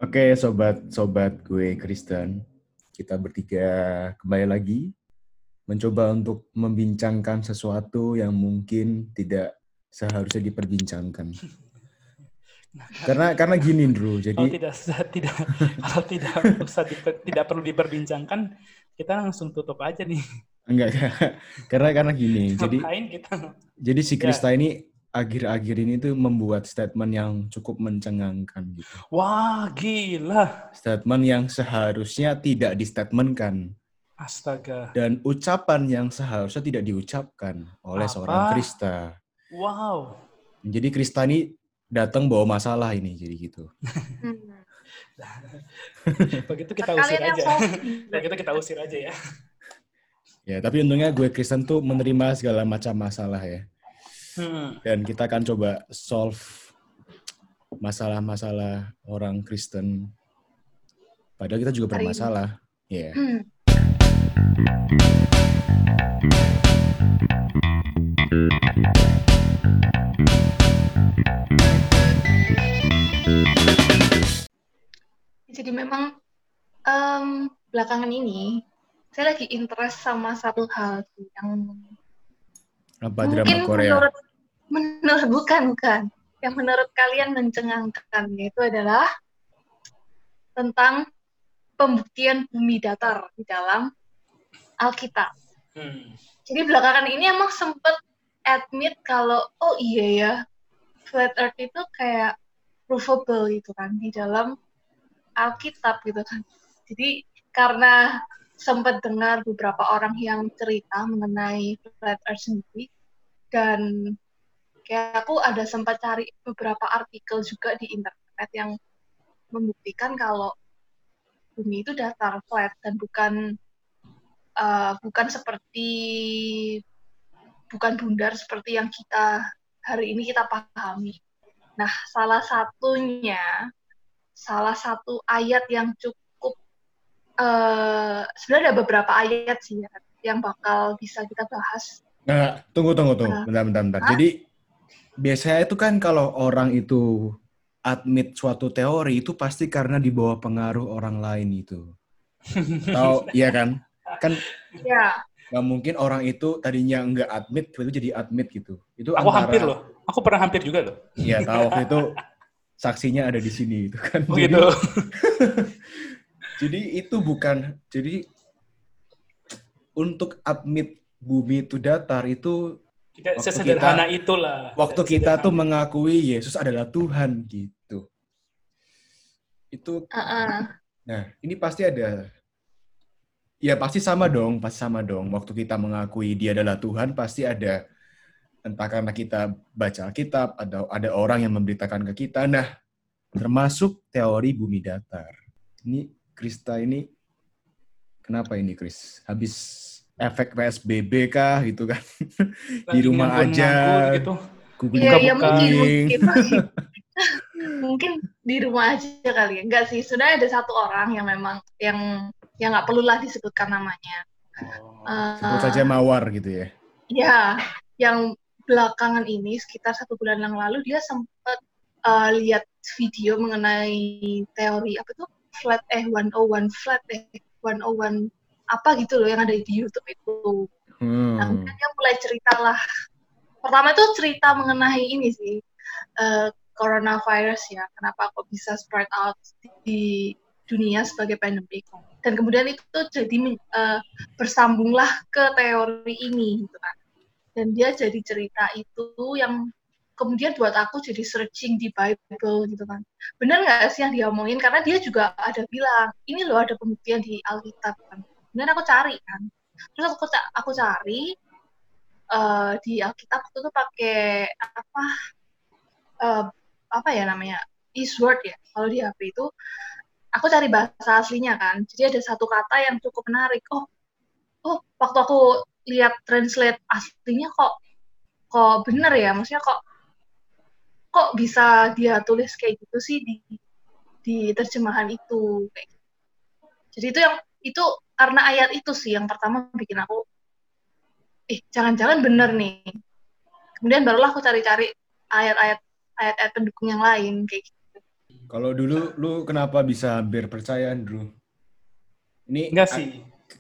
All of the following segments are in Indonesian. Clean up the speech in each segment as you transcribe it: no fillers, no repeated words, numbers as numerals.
Oke, sobat gue Kristen, kita bertiga kembali lagi mencoba untuk membincangkan sesuatu yang mungkin tidak seharusnya diperbincangkan. Nah, Karena gini, Bro. kalau Jadi tidak kalau tidak perlu diperbincangkan, kita langsung tutup aja nih. enggak. Karena gini. Jadi Ngapain kita? si Ya. Krista ini akhir-akhir ini tuh membuat statement yang cukup mencengangkan gitu. Wah, gila. Statement yang seharusnya tidak di-statementkan. Astaga. Dan ucapan yang seharusnya tidak diucapkan oleh seorang Apa? Krista. Wow. Jadi Krista ini datang bawa masalah ini, jadi gitu. Begitu kita usir Kalian yang aja. sombong. Begitu kita usir aja ya. Ya, tapi untungnya gue Kristen tuh menerima segala macam masalah ya. Dan kita akan coba solve masalah-masalah orang Kristen. Padahal kita juga bermasalah. Ya. Yeah. Jadi memang belakangan ini saya lagi interest sama satu hal yang Apa mungkin drama Korea? bukan yang menurut kalian mencengangkan, yaitu adalah tentang pembuktian bumi datar di dalam Alkitab. Jadi belakangan ini emang sempat admit kalau oh iya ya, flat earth itu kayak provable gitu kan di dalam Alkitab gitu kan. Jadi karena sempat dengar beberapa orang yang cerita mengenai flat earth sendiri, dan kayak aku ada sempat cari beberapa artikel juga di internet yang membuktikan kalau bumi itu datar, flat, dan bukan bundar seperti yang kita hari ini kita pahami. Nah, salah satu ayat yang cukup sebenarnya ada beberapa ayat sih ya, yang bakal bisa kita bahas. Nah, tunggu. Bentar. Jadi biasanya itu kan kalau orang itu admit suatu teori itu pasti karena di bawah pengaruh orang lain itu. Tahu, iya kan? Kan Ya. nggak mungkin orang itu tadinya nggak admit, itu jadi admit gitu. Itu Aku hampir loh. Aku pernah hampir juga loh. Iya, tahu waktu itu saksinya ada di sini itu kan. Oh, gitu. Jadi itu bukan, jadi untuk admit bumi itu datar itu tidak sesederhana itulah. Waktu kita tuh mengakui Yesus adalah Tuhan gitu. Itu. Nah, ini pasti ada. Ya pasti sama dong. Waktu kita mengakui Dia adalah Tuhan, pasti ada, entah karena kita baca Alkitab, ada orang yang memberitakan ke kita. Nah, termasuk teori bumi datar. Ini Krista ini, kenapa ini Kris? Habis efek PSBB kah gitu kan? Di rumah aja. Gitu. Iya, mungkin di rumah aja kali ya. Enggak sih, sudah ada satu orang yang memang yang nggak perlulah disebutkan namanya. Sebut saja Mawar gitu ya. Ya, yang belakangan ini sekitar 1 bulan yang lalu dia sempat lihat video mengenai teori apa tuh 101 apa gitu loh yang ada di YouTube itu. Nah, kemudian dia mulai cerita lah. Pertama itu cerita mengenai ini sih, coronavirus ya, kenapa kok bisa spread out di dunia sebagai pandemik. Dan kemudian itu jadi bersambunglah ke teori ini gitu kan. Dan dia jadi cerita itu yang kemudian buat aku jadi searching di Bible gitu kan. Benar nggak sih yang dia omongin? Karena dia juga ada bilang, ini loh ada pembuktian di Alkitab kan. Kemudian aku cari kan. Terus aku cari di Alkitab itu tuh pakai apa ya namanya, Eastword ya. Kalau di HP itu aku cari bahasa aslinya kan. Jadi ada satu kata yang cukup menarik. Oh, waktu aku lihat translate aslinya kok bener ya. Maksudnya kok bisa dia tulis kayak gitu sih di terjemahan itu kayak gitu. Jadi itu karena ayat itu sih yang pertama bikin aku jangan-jangan bener nih. Kemudian barulah aku cari-cari ayat-ayat pendukung yang lain kayak gitu. Kalau dulu lu kenapa bisa hampir percaya, Andrew? Ini Enggak sih.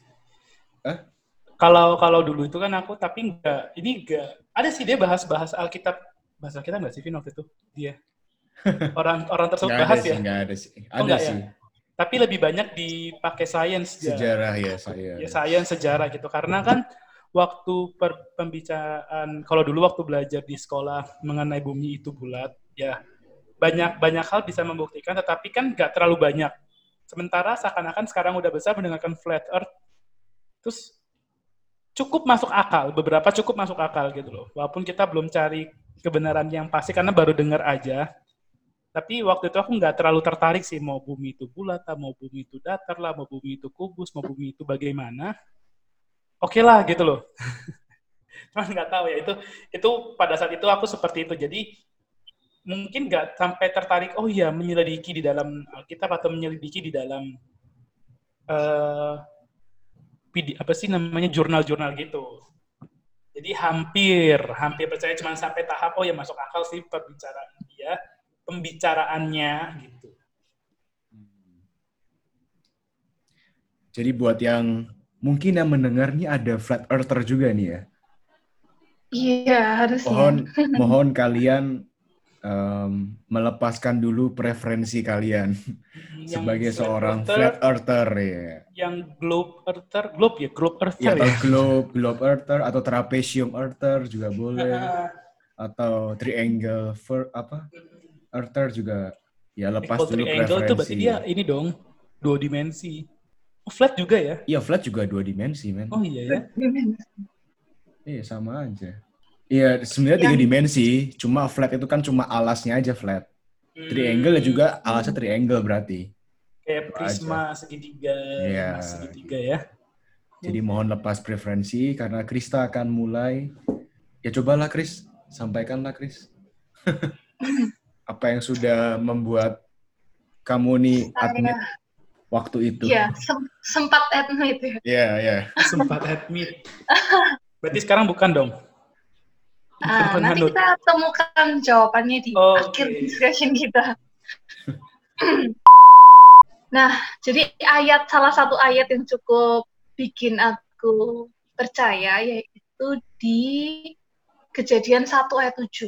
Kalau dulu itu kan aku, tapi enggak. Ada sih dia bahas Alkitab nggak sih, Vin, waktu itu? Dia. Orang tersebut bahas ya? Nggak ada sih. Oh, Ada enggak ya? sih. Tapi lebih banyak dipakai sains. Sejarah ya, Ya, sains, sejarah gitu. Karena kan waktu pembicaraan, kalau dulu waktu belajar di sekolah mengenai bumi itu bulat, ya banyak hal bisa membuktikan, tetapi kan nggak terlalu banyak. Sementara seakan-akan sekarang udah besar mendengarkan flat earth, terus beberapa cukup masuk akal gitu loh. Walaupun kita belum cari kebenaran yang pasti karena baru dengar aja. Tapi waktu itu aku nggak terlalu tertarik sih mau bumi itu bulat, mau bumi itu datar lah, mau bumi itu kubus, mau bumi itu bagaimana. Oke lah gitu loh. Cuman nggak tahu ya, itu pada saat itu aku seperti itu. Jadi mungkin nggak sampai tertarik, oh iya menyelidiki di dalam Alkitab atau menyelidiki di dalam apa sih namanya, jurnal-jurnal gitu. Jadi hampir percaya, cuma sampai tahap oh ya masuk akal sih pembicaraannya gitu. Jadi buat yang mungkin yang mendengar nih ada flat earther juga nih ya. Iya, harusnya. Mohon kalian melepaskan dulu preferensi kalian sebagai seorang flat earther ya. Yang globe earther ya. Atau globe earther atau trapezium earther juga boleh. Atau triangle earther juga. Ya lepas dulu preferensi. Triangle itu berarti dia ini dong, 2 dimensi. Oh, flat juga ya? Iya, flat juga 2 dimensi, men. Oh iya ya? Iya, sama aja. Iya, sebenarnya 3 dimensi, cuma flat itu kan cuma alasnya aja flat. Triangle juga alasnya triangle berarti. Kayak prisma segitiga, segitiga ya. Jadi mohon lepas preferensi karena Krista akan mulai. Ya cobalah Kris, sampaikanlah Kris. Apa yang sudah membuat kamu nih admit waktu itu? Iya, sempat admit ya. Iya. Sempat admit. Berarti sekarang bukan dong? Nanti kita temukan jawabannya di akhir discussion kita. Nah, jadi salah satu ayat yang cukup bikin aku percaya yaitu di Kejadian 1 ayat 7.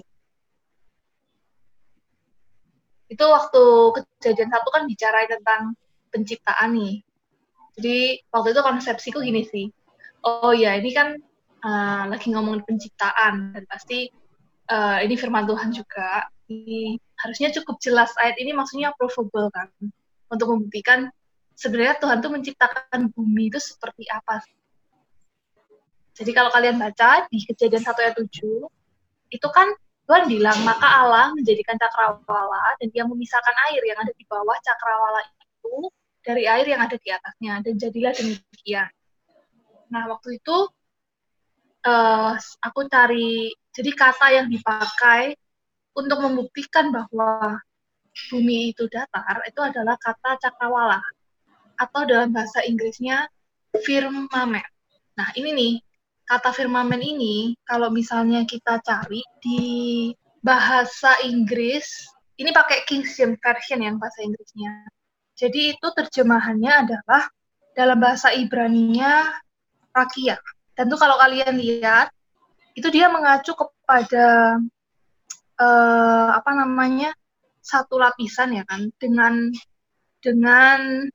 Itu waktu Kejadian 1 kan bicara tentang penciptaan nih. Jadi waktu itu konsepsiku gini sih. Oh ya, ini kan lagi ngomongin penciptaan dan pasti ini firman Tuhan juga. Harusnya cukup jelas ayat ini maksudnya provable kan, untuk membuktikan sebenarnya Tuhan tuh menciptakan bumi itu seperti apa. Jadi kalau kalian baca di Kejadian 1 ayat 7, itu kan Tuhan bilang, maka Allah menjadikan cakrawala dan dia memisahkan air yang ada di bawah cakrawala itu dari air yang ada di atasnya, dan jadilah demikian. Nah, waktu itu aku cari, jadi kata yang dipakai untuk membuktikan bahwa bumi itu datar, itu adalah kata cakrawala, atau dalam bahasa Inggrisnya firmament. Nah, ini nih, kata firmament ini, kalau misalnya kita cari di bahasa Inggris, ini pakai King James Version yang bahasa Inggrisnya. Jadi itu terjemahannya adalah dalam bahasa Ibrani-nya rakia. Dan itu kalau kalian lihat, itu dia mengacu kepada satu lapisan ya kan, dengan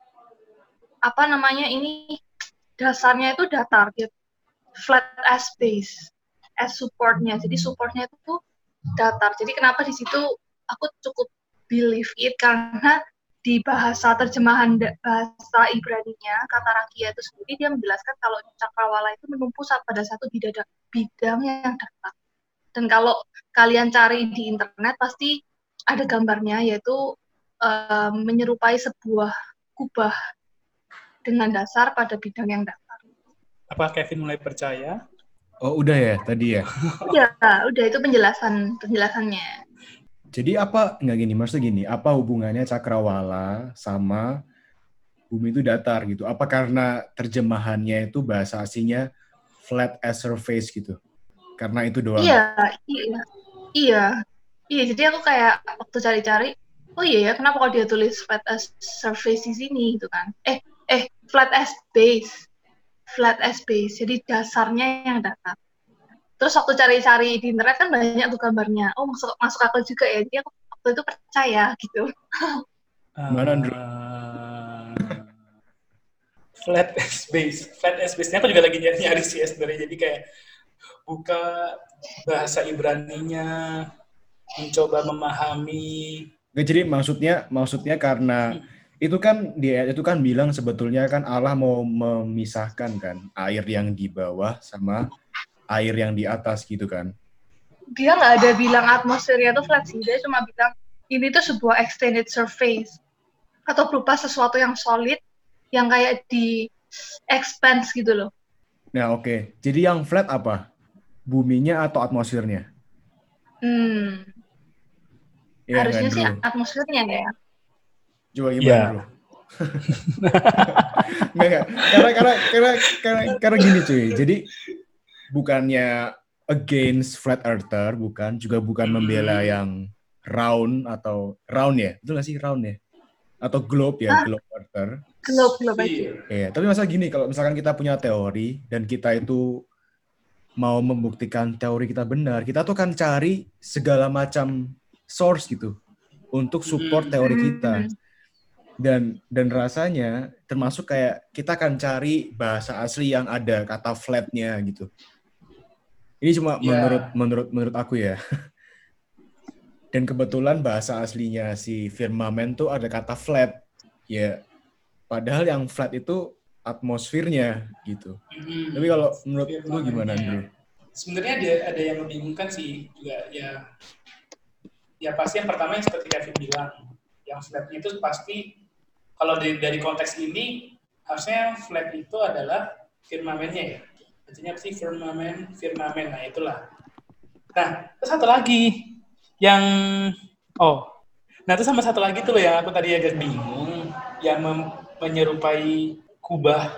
ini dasarnya itu datar, dia flat as base, as supportnya. Jadi supportnya itu datar. Jadi kenapa di situ aku cukup believe it, karena di bahasa terjemahan bahasa Ibrani-nya, kata rakia itu sendiri dia menjelaskan kalau cakrawala itu menumpu pada satu bidang yang datar. Dan kalau kalian cari di internet pasti ada gambarnya, yaitu menyerupai sebuah kubah dengan dasar pada bidang yang datar. Apa Kevin mulai percaya? Oh, udah ya tadi ya? Udah itu penjelasannya. Jadi maksudnya gini, apa hubungannya cakrawala sama bumi itu datar gitu? Apa karena terjemahannya itu bahasa aslinya flat as surface gitu? Karena itu doang? Iya. Jadi aku kayak waktu cari-cari, oh iya ya, kenapa kalau dia tulis flat as surface di sini gitu kan? Flat as base. Flat as base. Jadi dasarnya yang datar. Terus waktu cari-cari di internet kan banyak tuh gambarnya. Oh, masuk akal juga ya. Jadi aku waktu itu percaya gitu. Gimana, Andrew? Flat as base. Flat as base-nya aku juga lagi nyari sih sebenarnya. Jadi kayak buka bahasa Ibraninya, mencoba memahami. Nggak, jadi maksudnya karena itu kan bilang sebetulnya kan Allah mau memisahkan kan air yang di bawah sama air yang di atas gitu kan. Dia nggak ada bilang atmosfernya itu flat sih. Dia cuma bilang ini tuh sebuah extended surface atau berupa sesuatu yang solid yang kayak di expand gitu loh. Nah, oke. Jadi yang flat apa? Buminya atau atmosfernya? Ya, Harusnya kan, sih Bro? atmosfernya ya. Coba gimana, Bro? Nggak. Karena gini cuy. Jadi bukannya against flat earther, juga bukan membela yang round ya? Itu nggak sih round ya? Atau globe ya, globe earther. Globe aja. Iya, tapi masalah gini, kalau misalkan kita punya teori dan kita itu mau membuktikan teori kita benar, kita tuh kan cari segala macam source gitu untuk support teori kita. Dan rasanya termasuk kayak kita akan cari bahasa asli yang ada kata flat-nya gitu. Ini cuma menurut aku ya. Dan kebetulan bahasa aslinya si firmamen tuh ada kata flat. Ya, padahal yang flat itu atmosfernya gitu. Tapi kalau menurut lu gimana, Andrew? Sebenarnya ada yang membingungkan sih juga ya. Ya pasti yang pertama yang seperti Kevin bilang, yang flat itu pasti kalau dari konteks ini harusnya flat itu adalah firmamennya ya. Artinya sih firmamen. Nah itulah. Nah terus satu lagi yang nah itu sama satu lagi tuh loh yang aku tadi agak bingung, yang menyerupai kubah.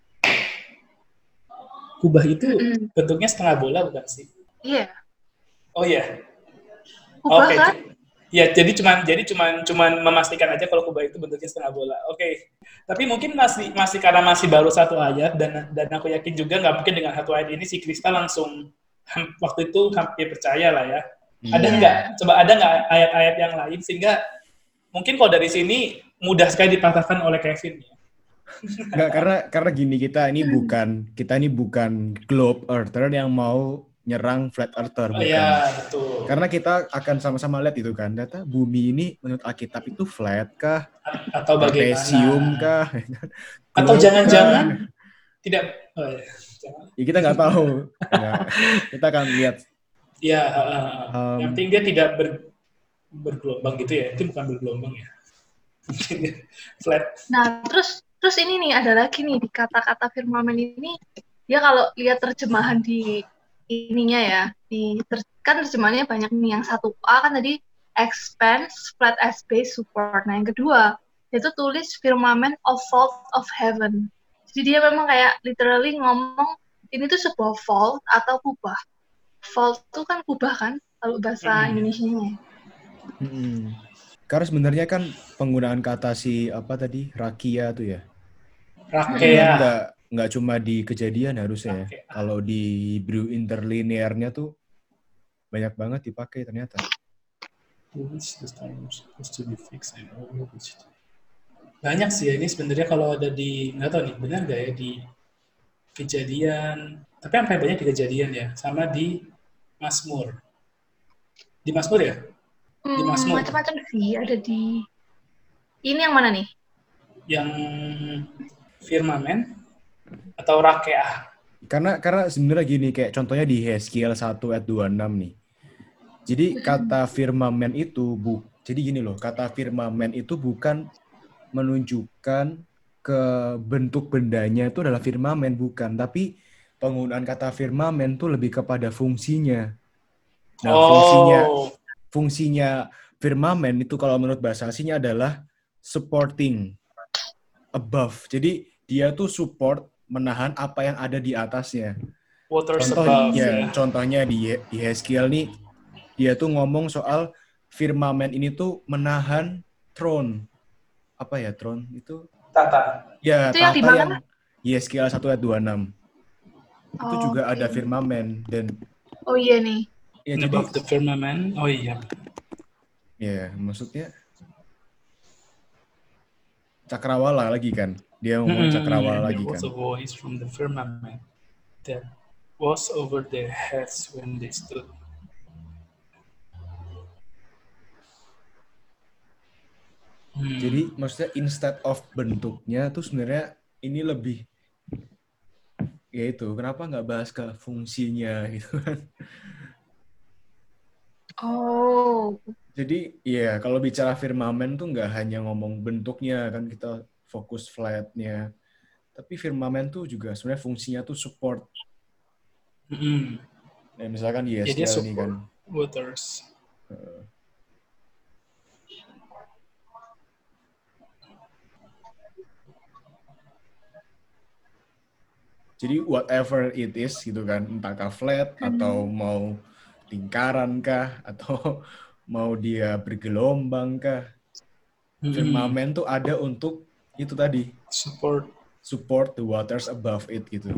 Kubah itu bentuknya setengah bola bukan sih? Iya. Oh iya. Kubah kan? Ya, jadi cuman memastikan aja kalau kubah itu bentuknya setengah bola. Oke. Tapi mungkin masih karena masih baru satu ayat dan aku yakin juga nggak mungkin dengan satu ayat ini si Krista langsung waktu itu hampir percaya lah ya. Ada nggak? Coba ada nggak ayat-ayat yang lain sehingga mungkin kalau dari sini mudah sekali dipatahkan oleh Kevin ya. Nggak, karena gini, kita ini bukan globe earther yang mau nyerang flat earther, bukan. Iya, betul. Karena kita akan sama-sama lihat itu kan, data bumi ini menurut Alkitab itu flat kah? Atau bagaimana? Trapesium kah? Atau jangan-jangan tidak? Ya kita nggak tahu. Kita akan lihat. Iya, yang penting dia tidak bergelombang gitu ya. Itu bukan bergelombang ya. Flat. Nah, terus ini nih ada lagi nih di kata-kata firmamen ini, dia kalau lihat terjemahan di ininya ya, kan terjemahannya banyak nih. Yang 1A kan tadi expanse, flat as base, support. Nah yang kedua itu tulis firmament of vault of heaven. Jadi dia memang kayak literally ngomong ini tuh sebuah vault atau kubah. Vault tuh kan kubah kan kalau bahasa Indonesianya. Karena sebenarnya kan penggunaan kata si apa tadi rakia tuh ya. Rakia. Nggak cuma di Kejadian harusnya ya. Kalau di Hebrew interlinearnya tuh banyak banget dipakai ternyata. Banyak sih ya ini sebenarnya kalau ada di, nggak tahu nih benar nggak ya di Kejadian. Tapi sampai banyak di Kejadian ya, sama di Mazmur. Di Mazmur ya? Di Mazmur. Macam-macam sih ada di. Ini yang mana nih? Yang firmamen atau rakeah. Karena sebenarnya gini, kayak contohnya di Yeskiel 1 ayat 26 nih. Jadi kata firmamen itu jadi gini loh, kata firmamen itu bukan menunjukkan ke bentuk bendanya itu adalah firmamen, bukan, tapi penggunaan kata firmamen itu lebih kepada fungsinya. Nah, fungsinya firmamen itu kalau menurut bahasa aslinya adalah supporting above. Jadi dia tuh support, menahan apa yang ada di atasnya. Contohnya di Yeskiel nih, dia tuh ngomong soal firmamen ini tuh menahan throne. Apa ya throne itu? Tata. Ya, itu yang di mana? Yeskiel 1 ayat 26. Itu juga ada firmamen dan oh iya nih. Ya, jadi the firmament. Oh iya. Ya, maksudnya cakrawala lagi kan. Dia ngomong cakrawala lagi kan. There was a voice from the firmament that was over their heads when they stood. Jadi maksudnya instead of bentuknya tuh sebenarnya ini lebih ya itu, kenapa nggak bahas ke fungsinya gitu kan. Oh. Jadi ya kalau bicara firmamen tuh nggak hanya ngomong bentuknya kan, kita fokus flatnya. Tapi firmamen tuh juga sebenarnya fungsinya tuh support. Nah, misalkan Yeskiel ini kan. Waters. Jadi whatever it is gitu kan, entahkah flat atau mau lingkaran kah atau mau dia bergelombang kah. Firmamen tuh ada untuk itu tadi. Support the waters above it gitu.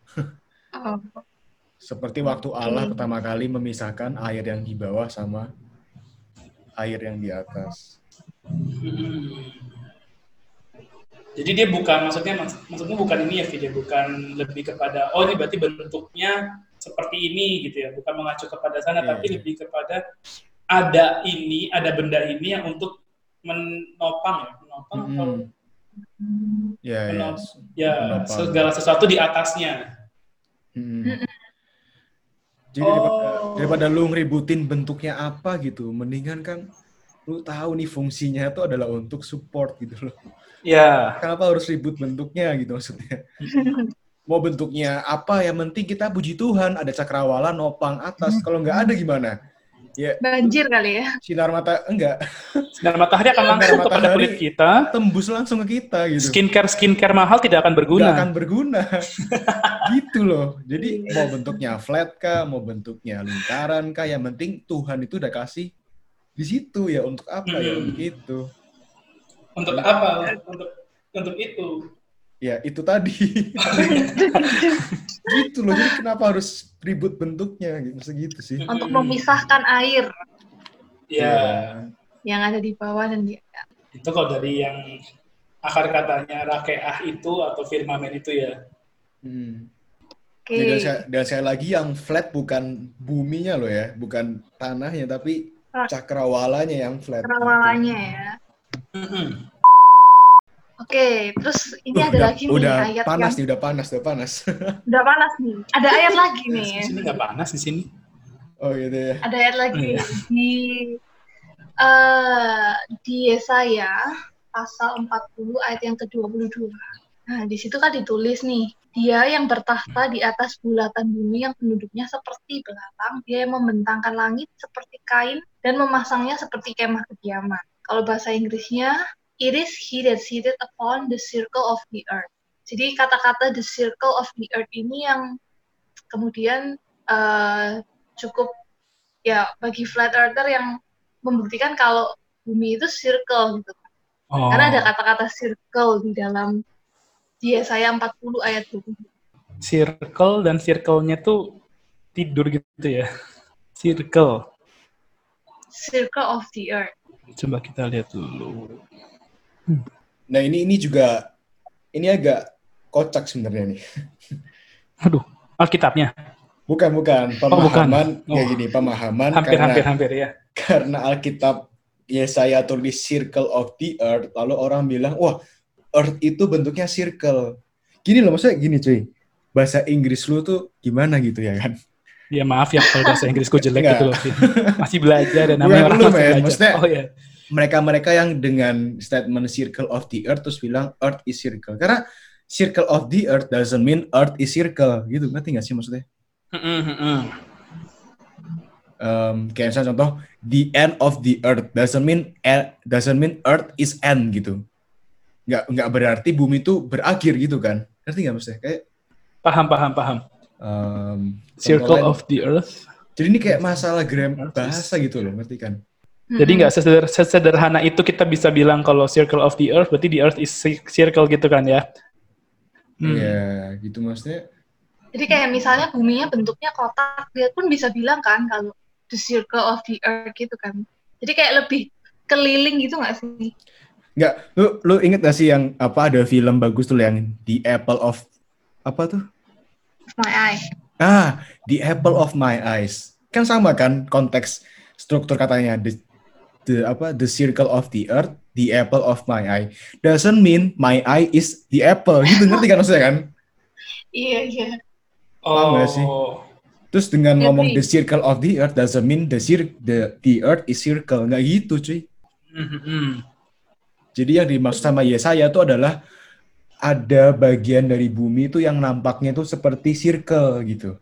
Seperti waktu Allah pertama kali memisahkan air yang di bawah sama air yang di atas. Jadi dia bukan, maksudnya bukan ini ya, dia bukan lebih kepada, oh ini berarti bentuknya seperti ini gitu ya, bukan mengacu kepada sana, tapi lebih kepada ada benda ini yang untuk menopang atau segala sesuatu di atasnya. Jadi daripada lu ngeributin bentuknya apa gitu, mendingan kan lu tahu nih fungsinya itu adalah untuk support gitu loh. Ya. Kenapa harus ribut bentuknya gitu maksudnya? Mau bentuknya apa, yang penting kita puji Tuhan ada cakrawala nopang atas. Kalau nggak ada gimana? Ya. Banjir kali ya? Sinar matahari akan langsung kepada kulit kita. Tembus langsung ke kita gitu. Skincare mahal tidak akan berguna. Nggak akan berguna. Gitu loh. Jadi mau bentuknya flat kah, mau bentuknya lingkaran kah, yang penting Tuhan itu udah kasih di situ ya. Untuk apa ya? Untuk itu. Untuk apa? Untuk itu. Ya, itu tadi. Gitu loh. Jadi kenapa harus ribut bentuknya? Segitu sih. Untuk memisahkan air. Ya. Yang ada di bawah dan di atas. Itu kalau dari yang akar katanya rakeah itu atau firmamen itu ya. Okay. Dan saya lagi yang flat bukan buminya loh ya. Bukan tanahnya, tapi cakrawalanya yang flat. Cakrawalanya ya. Oke, terus ini ada lagi nih ayat panas yang... Udah panas. Udah panas nih. Ada ayat lagi nih. Di sini nggak panas di sini. Oh gitu ya. Ada ayat lagi di Yesaya pasal 40 ayat yang ke-22. Nah, di situ kan ditulis nih, Dia yang bertahta di atas bulatan bumi yang penduduknya seperti belalang, Dia yang membentangkan langit seperti kain dan memasangnya seperti kemah kediaman. Kalau bahasa Inggrisnya, it is he that seated upon the circle of the earth. Jadi kata-kata the circle of the earth ini yang kemudian cukup ya bagi flat earther yang membuktikan kalau bumi itu circle gitu. Karena ada kata-kata circle di dalam Yesaya 40 ayat 20. Circle dan circle-nya tuh tidur gitu ya. Circle of the earth. Coba kita lihat dulu. Nah ini juga ini agak kocak sebenarnya nih. Aduh, Alkitabnya. Bukan pemahaman kayak gini, pemahaman hampir ya. Karena Alkitab Yesaya tulis circle of the earth, lalu orang bilang, wah, earth itu bentuknya circle. Gini loh, maksudnya gini cuy, bahasa Inggris lu tuh gimana gitu ya kan? Ya maaf ya kalau bahasa Inggrisku jelek gitu loh. Masih belajar dan namanya orang masih belajar. Maksudnya, mereka yang dengan statement circle of the earth terus bilang earth is circle. Karena circle of the earth doesn't mean earth is circle. Gitu, ngerti nggak sih maksudnya? Kayak misalnya contoh, the end of the earth doesn't mean earth is end gitu. Nggak berarti bumi itu berakhir gitu kan? Ngerti nggak maksudnya? Kayak paham. Circle of the earth. Jadi ini kayak masalah bahasa gitu loh, ngerti kan? Jadi nggak sesederhana itu kita bisa bilang kalau circle of the earth, berarti the earth is circle gitu kan ya. Iya, gitu maksudnya. Jadi kayak misalnya buminya bentuknya kotak, dia pun bisa bilang kan kalau the circle of the earth gitu kan. Jadi kayak lebih keliling gitu nggak sih? Nggak, lu inget gak sih yang apa ada film bagus tuh yang The Apple of apa tuh? My eye. The Apple of My Eyes. Kan sama kan konteks struktur katanya the circle of the earth, the apple of my eye. Doesn't mean my eye is the apple. Gitu ngerti kan maksudnya kan? Iya. Paham gak sih? Terus dengan ngomong the circle of the earth doesn't mean the earth is circle. Nggak gitu cuy. Jadi yang dimaksud sama Yesaya itu adalah ada bagian dari bumi itu yang nampaknya itu seperti circle gitu.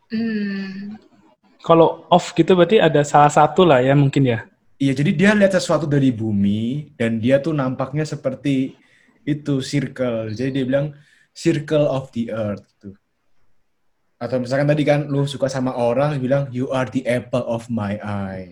Kalau off gitu berarti ada salah satu lah ya mungkin ya. Iya, jadi dia lihat sesuatu dari bumi dan dia tuh nampaknya seperti itu circle. Jadi dia bilang circle of the earth gitu. Atau misalkan tadi kan lu suka sama orang bilang you are the apple of my eye.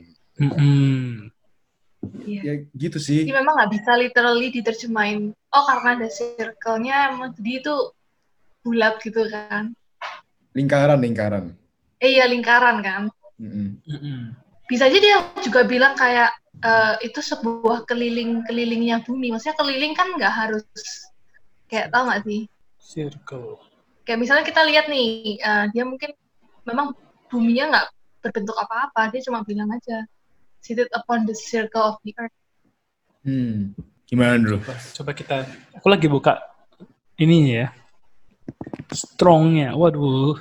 Iya. Ya gitu sih. Jadi memang nggak bisa literally diterjemahin. Oh karena ada circle-nya, jadi itu bulat gitu kan? Lingkaran. Iya lingkaran kan. Bisa aja dia juga bilang kayak itu sebuah kelilingnya bumi. Maksudnya keliling kan nggak harus kayak tahu nggak sih? Circle. Kayak misalnya kita lihat nih, dia mungkin memang buminya nggak berbentuk apa-apa. Dia cuma bilang aja seated upon the circle of the earth. Gimana dulu? Coba kita. Aku lagi buka ini ya. Strongnya. Waduh.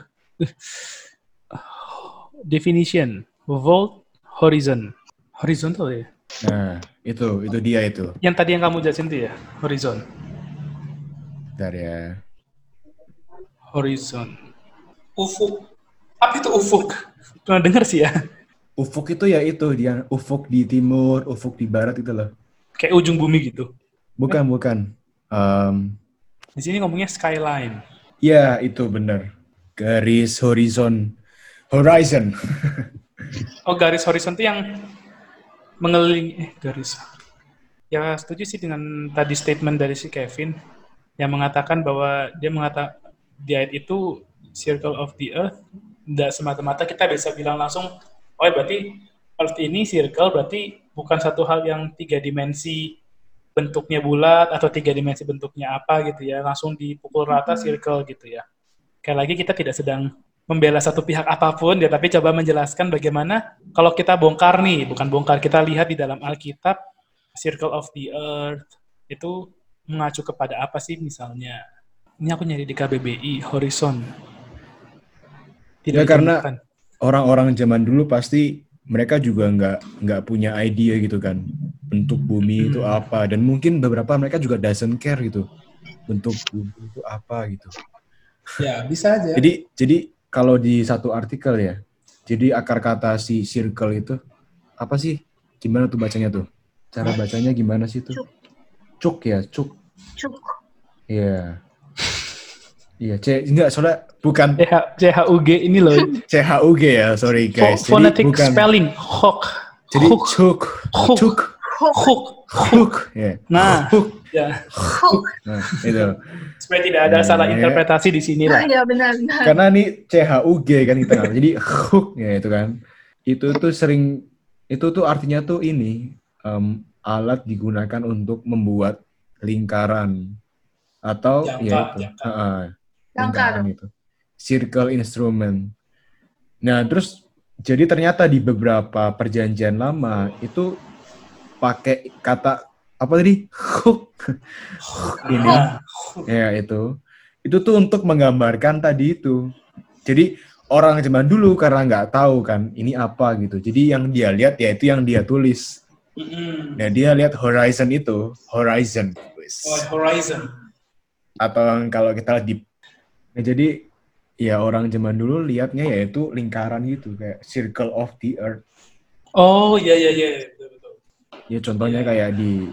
Definition. Vault horizon. Horizontal ya? Nah, itu dia itu. Yang tadi yang kamu jelasin itu ya? Horizon. Bentar ya. Horizon. Ufuk. Apa itu ufuk? Pernah dengar sih ya? Ufuk itu ya itu, dia ufuk di timur, ufuk di barat itu loh. Kayak ujung bumi gitu? Bukan. Di sini ngomongnya skyline. Ya, itu benar. Garis horizon. Oh, garis horizon itu yang mengelilingi garis. Ya, setuju sih dengan tadi statement dari si Kevin yang mengatakan bahwa di ayat itu circle of the earth, tidak semata-mata kita bisa bilang langsung, oh berarti earth ini circle, berarti bukan satu hal yang 3 dimensi bentuknya bulat atau 3 dimensi bentuknya apa gitu ya, langsung dipukul rata circle gitu ya. Kayak lagi kita tidak sedang membela satu pihak apapun ya, tapi coba menjelaskan bagaimana kalau kita kita lihat di dalam Alkitab circle of the earth itu mengacu kepada apa sih misalnya. Ini aku nyari di KBBI, horizon. Ya karena orang-orang zaman dulu pasti mereka juga nggak punya idea gitu kan bentuk bumi itu apa, dan mungkin beberapa mereka juga doesn't care gitu bentuk bumi itu apa gitu. Ya bisa aja. Jadi kalau di satu artikel ya, jadi akar kata si circle itu apa sih? Gimana tuh bacanya tuh? Cara bacanya gimana sih tuh? Cuk. Iya. Iya, enggak, soalnya bukan CHUG ini loh. CHUG ya, sorry guys. Phonetic spelling, hook. Jadi hook. Yeah. Nah, hook. Ya. Nah, itu. Supaya tidak ada salah interpretasi di sini lah. Iya, benar. Karena ini CHUG kan kita nggak. Jadi hook ya itu kan. Itu tuh sering, itu tuh artinya tuh ini alat digunakan untuk membuat lingkaran atau lingkaran itu, circle instrument. Nah terus jadi ternyata di beberapa perjanjian lama itu pakai kata apa tadi, hook ini ya itu tuh untuk menggambarkan tadi itu. Jadi orang zaman dulu karena nggak tahu kan ini apa gitu, jadi yang dia lihat ya itu yang dia tulis. Nah dia lihat horizon atau kalau kita di. Nah, jadi ya orang zaman dulu lihatnya yaitu lingkaran gitu kayak circle of the earth. Oh iya betul. Ya contohnya kayak di,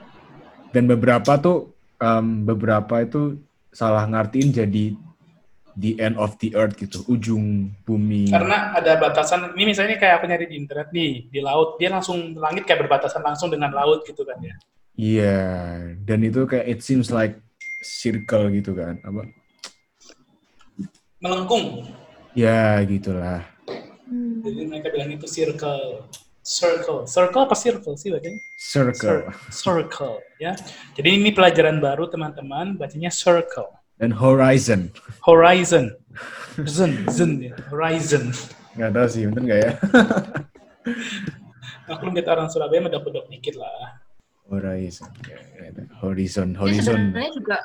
dan beberapa itu salah ngartiin jadi the end of the earth gitu, ujung bumi. Karena ada batasan. Ini misalnya kayak aku nyari di internet nih, di laut, dia langsung langit kayak berbatasan langsung dengan laut gitu kan ya. Iya, dan itu kayak it seems like circle gitu kan, apa? Melengkung. Ya, gitulah. Jadi mereka bilang itu circle apa circle sih bacanya? Circle, ya. Jadi ini pelajaran baru teman-teman, bacanya circle. Dan horizon. Zen ya, horizon. Nggak tahu sih, bener nggak ya? Maklum kita orang Surabaya medok-medok dikit lah. Horizon. Sebenarnya juga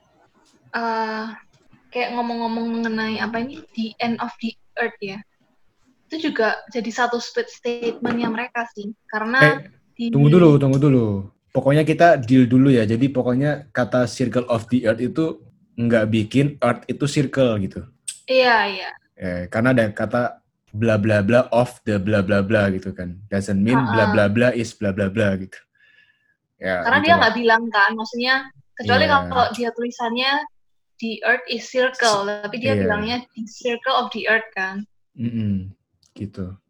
kayak ngomong-ngomong mengenai apa ini, the end of the earth ya. Itu juga jadi satu statementnya mereka sih, karena tunggu dulu. Pokoknya kita deal dulu ya. Jadi pokoknya kata circle of the earth itu nggak bikin earth itu circle gitu. Iya. Karena ada kata bla bla bla of the bla bla bla gitu kan. Doesn't mean bla bla bla is bla bla bla gitu. Ya, karena gitu dia nggak bilang kan, maksudnya kecuali kalau dia tulisannya the earth is circle, tapi dia bilangnya the circle of the earth kan. Gitu.